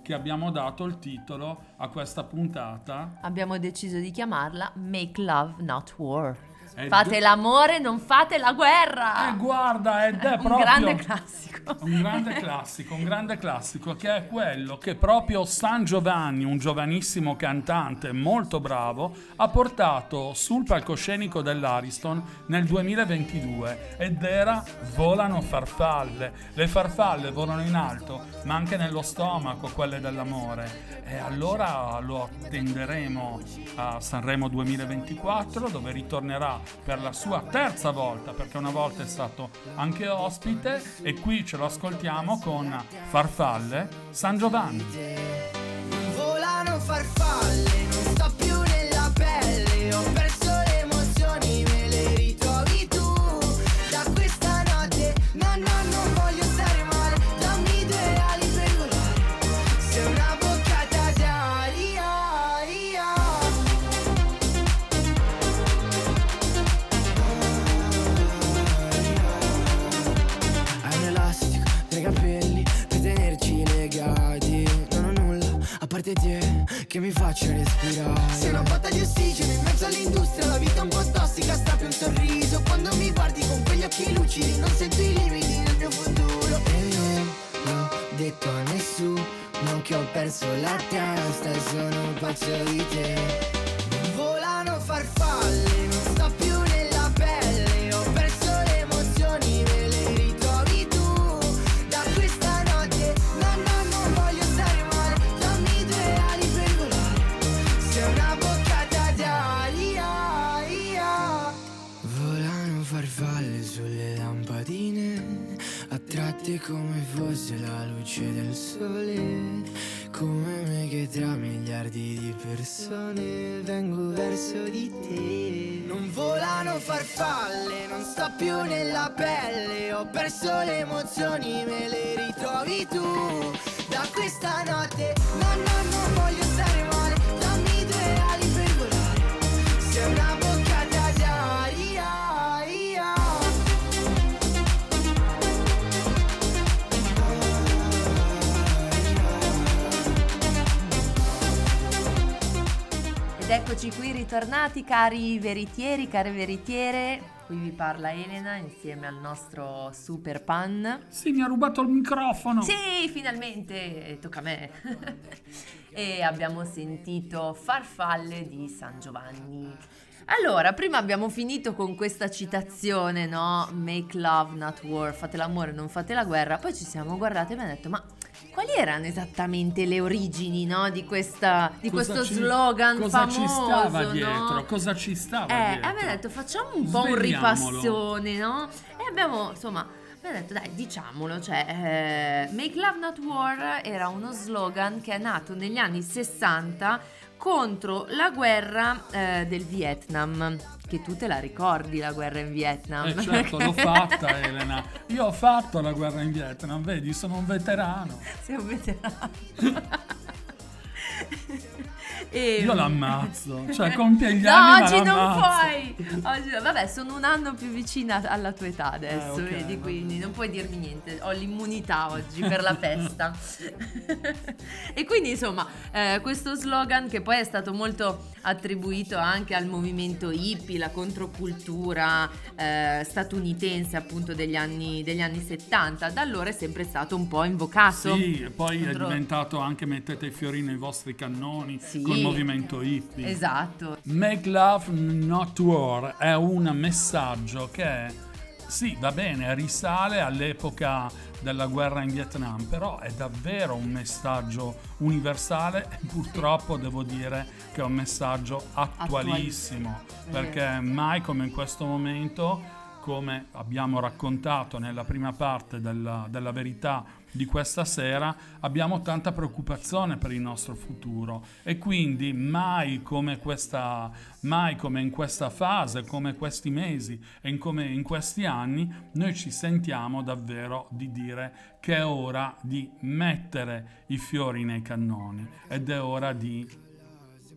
che abbiamo dato il titolo a questa puntata. Abbiamo deciso di chiamarla Make Love Not War. Ed- Fate l'amore, non fate la guerra. Eh, guarda, ed è un proprio grande classico. un grande classico, un grande classico che è quello che proprio San Giovanni, un giovanissimo cantante molto bravo, ha portato sul palcoscenico dell'Ariston nel duemilaventidue ed era Volano farfalle. Le farfalle volano in alto, ma anche nello stomaco, quelle dell'amore. E allora lo attenderemo a Sanremo duemilaventiquattro, dove ritornerà per la sua terza volta, perché una volta è stato anche ospite, e qui ce lo ascoltiamo con Farfalle, San Giovanni. Volano farfalle, non sto più nella pelle, ho perso le emozioni, me le ritrovi tu. Da questa notte, no no non voglio stare male, dammi due ali per volare, sei una boccata d'aria. Hai un elastico nei capelli per tenerci legati, non ho nulla a parte te che mi faccia respirare. Sei una botta di ossigeno in mezzo all'industria, la vita è un po' tossica, sta più un sorriso. Quando mi guardi con quegli occhi lucidi non sento i limiti nel mio futuro. E non l'ho detto a nessuno che ho perso la testa e sono pazzo di te. Volano farfalle, non sto più nella pelle, ho perso le emozioni, me le ritrovi tu. Da questa notte, no no non voglio stare male, dammi due ali per volare, sei una boccata d'aria. Volano farfalle sulle lampadine, attratte come fosse la luce del sole, come me che tra miliardi di persone vengo verso di te. Non volano farfalle, non sto più nella pelle, ho perso le emozioni, me le ritrovi tu. Da questa notte, no no non voglio stare male, dammi due ali per volare, sei una boccata d'aria. Ed eccoci qui ritornati, cari veritieri, care veritiere. Qui vi parla Elena insieme al nostro Super Pan. Sì, mi ha rubato il microfono. Sì, finalmente tocca a me. E abbiamo sentito Farfalle di San Giovanni. Allora, prima abbiamo finito con questa citazione, no? Make love not war, fate l'amore, non fate la guerra. Poi ci siamo guardati e abbiamo detto, ma quali erano esattamente le origini, no? Di, questa, di Cosa questo ci- slogan cosa famoso, ci stava no? dietro? Cosa ci stava Eh, dietro? abbiamo detto, facciamo un po' un Svegliamolo. ripassone, no? E abbiamo, insomma, abbiamo detto, dai, diciamolo, cioè, eh, Make Love Not War era uno slogan che è nato negli anni sessanta contro la guerra eh, del Vietnam, che tu te la ricordi, la guerra in Vietnam? Eh certo, l'ho fatta, Elena. Io ho fatto la guerra in Vietnam, vedi, sono un veterano. Sei un veterano. E... Io l'ammazzo, cioè compie gli No, anni ma oggi non l'ammazzo. puoi. Oggi, vabbè, sono un anno più vicina alla tua età adesso, Eh, ok, vedi, va quindi bene. non puoi dirmi niente. Ho l'immunità oggi per la festa. E quindi, insomma, eh, questo slogan che poi è stato molto attribuito anche al movimento hippie, la controcultura eh, statunitense appunto degli anni, degli anni settanta, da allora è sempre stato un po' invocato. Sì, e poi contro- è diventato anche mettete i fiori nei vostri cannoni Sì. col movimento hippie. Esatto. Make love not war è un messaggio che sì, va bene, risale all'epoca della guerra in Vietnam, però è davvero un messaggio universale e purtroppo devo dire che è un messaggio attualissimo, perché mai come in questo momento, come abbiamo raccontato nella prima parte della, della verità di questa sera, abbiamo tanta preoccupazione per il nostro futuro e quindi mai come questa, mai come in questa fase, come questi mesi e in come in questi anni, noi ci sentiamo davvero di dire che è ora di mettere i fiori nei cannoni ed è ora di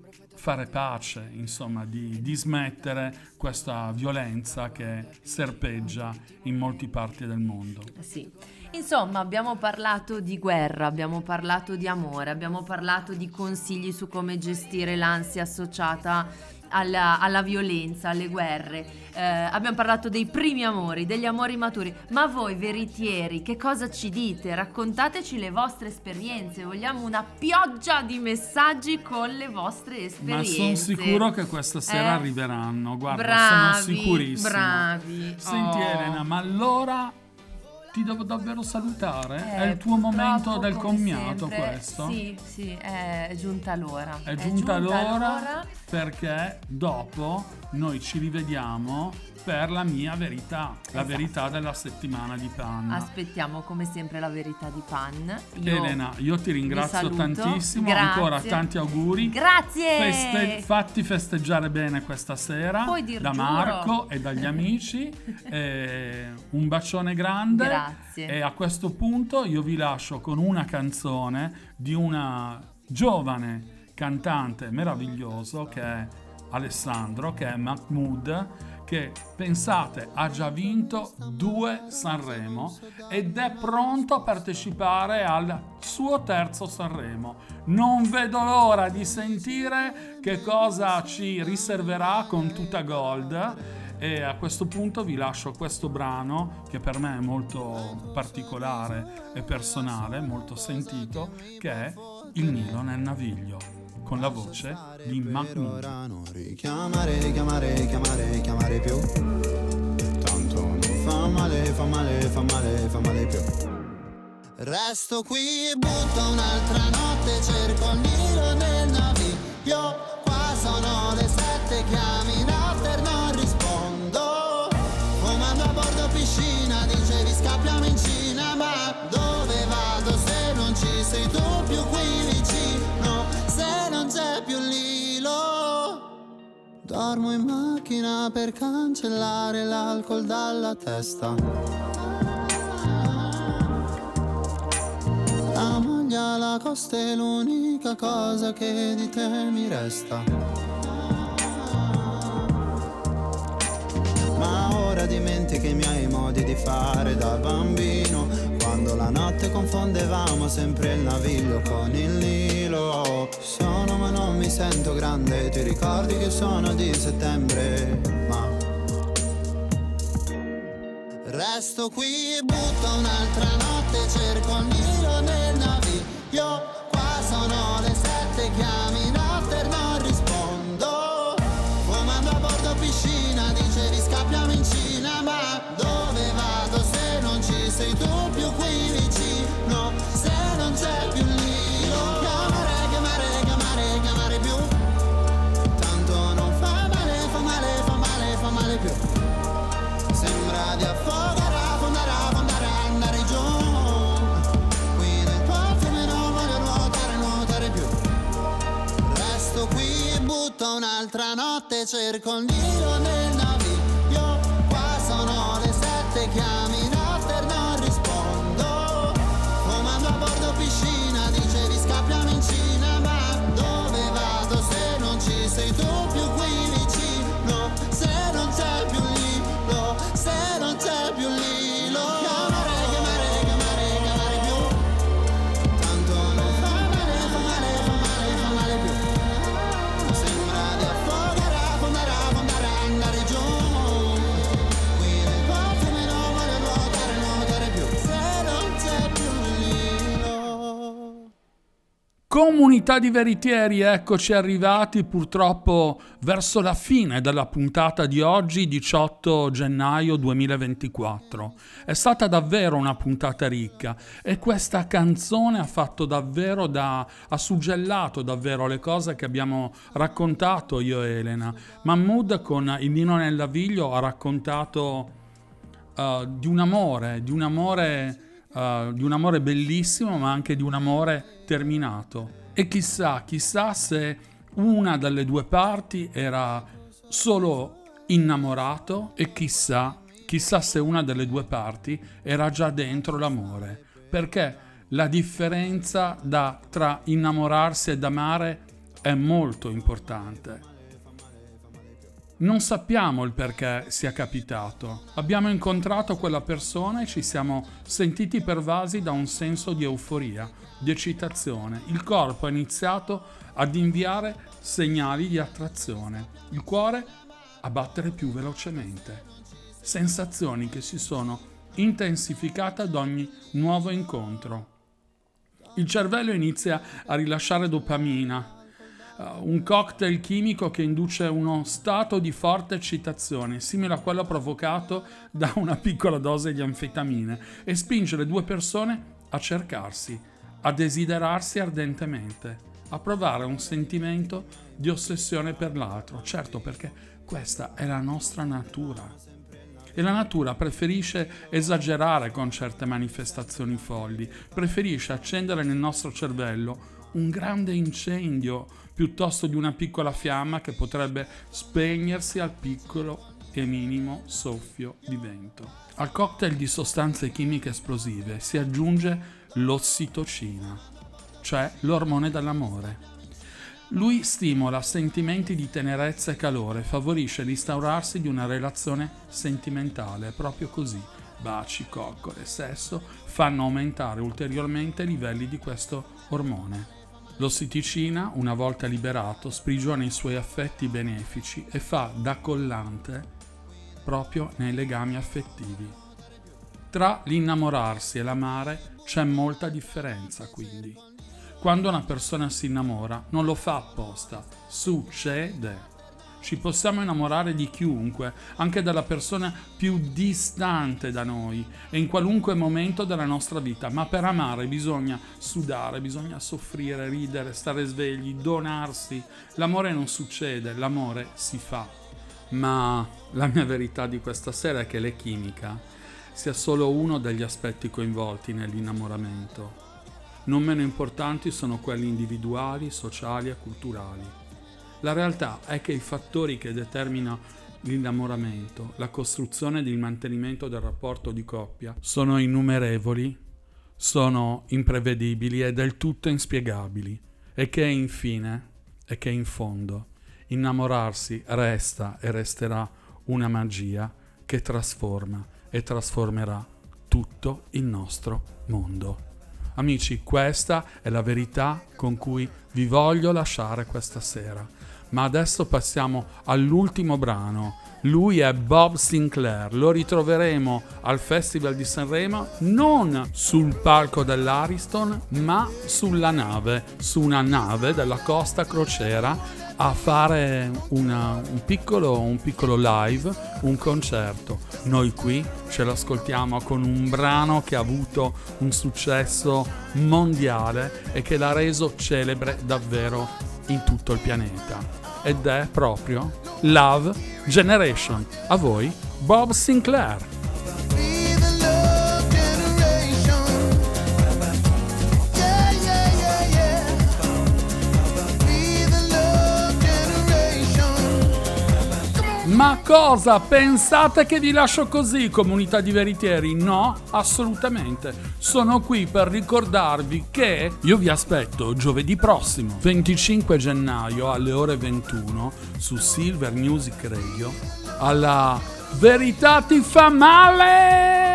fare pace, insomma, di, di smettere questa violenza che serpeggia in molte parti del mondo. Sì. Insomma, abbiamo parlato di guerra, abbiamo parlato di amore, abbiamo parlato di consigli su come gestire l'ansia associata alla, alla violenza, alle guerre. Eh, abbiamo parlato dei primi amori, degli amori maturi. Ma voi, veritieri, che cosa ci dite? Raccontateci le vostre esperienze. Vogliamo una pioggia di messaggi con le vostre esperienze. Ma sono sicuro che questa sera Eh? arriveranno. Guarda, bravi, sono sicurissimo. Bravi. Senti, Oh. Elena, ma allora ti devo davvero salutare? Eh, È il tuo momento purtroppo, del come commiato sempre, questo? Sì, sì, è giunta l'ora. È giunta, l'ora, l'ora. perché dopo noi ci rivediamo per la mia verità, la Esatto. verità della settimana di Panna. Aspettiamo come sempre la verità di Pan. Io Elena, io ti ringrazio vi saluto. tantissimo, Grazie. ancora tanti auguri. Grazie. Feste- fatti festeggiare bene questa sera Puoi dir da giuro. Marco e dagli amici. Eh, un bacione grande. Grazie. E a questo punto io vi lascio con una canzone di una giovane cantante meraviglioso che è Alessandro, che è Mahmood, che pensate ha già vinto due Sanremo ed è pronto a partecipare al suo terzo Sanremo. Non vedo l'ora di sentire che cosa ci riserverà con Tuta Gold. E a questo punto vi lascio questo brano che per me è molto particolare e personale, molto sentito, che è Il Nilo nel Naviglio, con la voce di Mahmood. Ora non richiamare, chiamare, chiamare, chiamare più. Tanto non fa male, fa male, fa male, fa male più. Resto qui, butto un'altra notte, cerco il Nilo nel naviglio. Qua sono le sette, chiami in after, non rispondo. Fumando a bordo piscina, dicevi scappiamo in Cina. Ma dove vado se non ci sei tu più qui vicino? Se non c'è più Lilo, dormo in macchina per cancellare l'alcol dalla testa. La maglia alla costa è l'unica cosa che di te mi resta. Ma ora dimentichi i miei modi di fare da bambino, quando la notte confondevamo sempre il naviglio con il Nilo. Sono ma non mi sento grande, ti ricordi che sono di settembre, ma resto qui, butto un'altra notte, cerco il Nilo nel naviglio. Qua sono le sette, chiami in after, non rispondo. Fumando a bordo piscina, dicevi scappiamo in Cina. Ma dove vado se non ci sei tu più qui vicino? Se non c'è più Lilo, chiamare, chiamare, chiamare, chiamare più. Tanto non fa male, fa male, fa male, fa male più. Sembra di affogare, affondare, affondare, andare giù. Qui nel tuo fiume non voglio nuotare, nuotare più. Resto qui, butto un'altra notte, cerco il Nilo nel naviglio. Qua sono le sette, chiami in after, non rispondo. Fumando a bordo piscina, dicevi scappiamo in Cina. Ma dove vado se non ci sei tu più qui vicino? Se non c'è più Lilo, se non c'è più Lilo, chiamare, chiamare, chiamare, chiamare più. Tanto non fa male, fa male, fa male, fa male più. Sembra di affogare, affondare, affondare, andare giù. Qui nel tuo fiume non voglio nuotare, nuotare più. Se non c'è più Lilo. Comunità di veritieri, eccoci arrivati purtroppo verso la fine della puntata di oggi, diciotto gennaio duemilaventiquattro. È stata davvero una puntata ricca e questa canzone ha fatto davvero da... ha suggellato davvero le cose che abbiamo raccontato io e Elena. Mahmood con Il Nino nel Naviglio ha raccontato uh, di un amore, di un amore... Uh, di un amore bellissimo, ma anche di un amore terminato. E chissà, chissà se una delle due parti era solo innamorato e chissà, chissà se una delle due parti era già dentro l'amore. Perché la differenza da, tra innamorarsi ed amare è molto importante. Non sappiamo il perché sia capitato. Abbiamo incontrato quella persona e ci siamo sentiti pervasi da un senso di euforia, di eccitazione. Il corpo ha iniziato ad inviare segnali di attrazione. Il cuore a battere più velocemente. Sensazioni che si sono intensificate ad ogni nuovo incontro. Il cervello inizia a rilasciare dopamina, un cocktail chimico che induce uno stato di forte eccitazione, simile a quello provocato da una piccola dose di anfetamine, e spinge le due persone a cercarsi, a desiderarsi ardentemente, a provare un sentimento di ossessione per l'altro. Certo, perché questa è la nostra natura. E la natura preferisce esagerare con certe manifestazioni folli, preferisce accendere nel nostro cervello un grande incendio piuttosto di una piccola fiamma che potrebbe spegnersi al piccolo e minimo soffio di vento. Al cocktail di sostanze chimiche esplosive si aggiunge l'ossitocina, cioè l'ormone dell'amore. Lui stimola sentimenti di tenerezza e calore, favorisce l'instaurarsi di una relazione sentimentale, proprio così. Baci, coccole, sesso fanno aumentare ulteriormente i livelli di questo ormone. L'ossiticina, una volta liberato, sprigiona i suoi affetti benefici e fa da collante proprio nei legami affettivi. Tra l'innamorarsi e l'amare c'è molta differenza, quindi. Quando una persona si innamora non lo fa apposta, succede. Ci possiamo innamorare di chiunque, anche dalla persona più distante da noi e in qualunque momento della nostra vita, ma per amare bisogna sudare, bisogna soffrire, ridere, stare svegli, donarsi. L'amore non succede, l'amore si fa. Ma la mia verità di questa sera è che la chimica sia solo uno degli aspetti coinvolti nell'innamoramento. Non meno importanti sono quelli individuali, sociali e culturali. La realtà è che i fattori che determinano l'innamoramento, la costruzione ed il mantenimento del rapporto di coppia sono innumerevoli, sono imprevedibili e del tutto inspiegabili, e che infine, e che in fondo, innamorarsi resta e resterà una magia che trasforma e trasformerà tutto il nostro mondo. Amici, questa è la verità con cui vi voglio lasciare questa sera. Ma adesso passiamo all'ultimo brano. Lui è Bob Sinclair. Lo ritroveremo al Festival di Sanremo non sul palco dell'Ariston, ma sulla nave, su una nave della Costa Crociera, a fare una, un, piccolo, un piccolo live, un concerto. Noi qui ce l'ascoltiamo con un brano che ha avuto un successo mondiale e che l'ha reso celebre davvero in tutto il pianeta. Ed è proprio Love Generation. A voi, Bob Sinclair. Ma cosa? Pensate che vi lascio così, comunità di veritieri? No, assolutamente. Sono qui per ricordarvi che io vi aspetto giovedì prossimo, venticinque gennaio alle ore ventuno, su Silver Music Radio, alla Verità ti fa male!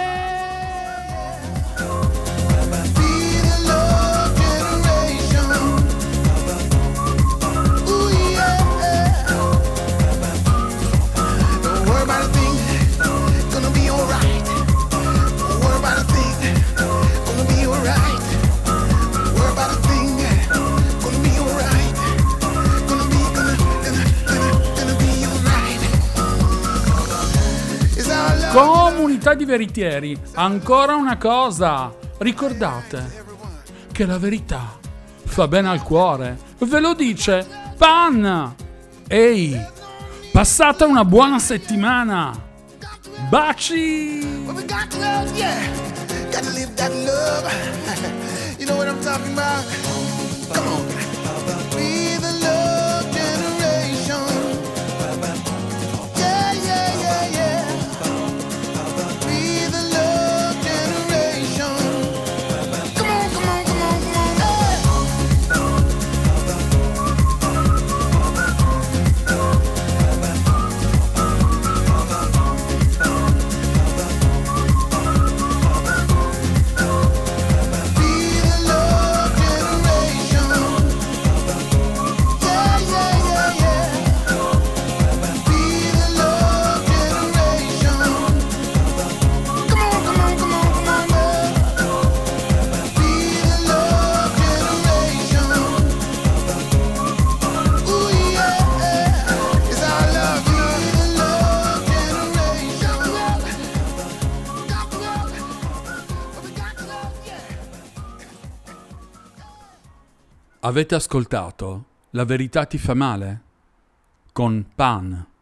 Comunità di veritieri, ancora una cosa, ricordate che la verità fa bene al cuore, ve lo dice Pan. Ehi, passate una buona settimana, baci! Avete ascoltato La verità ti fa male? Con Pan.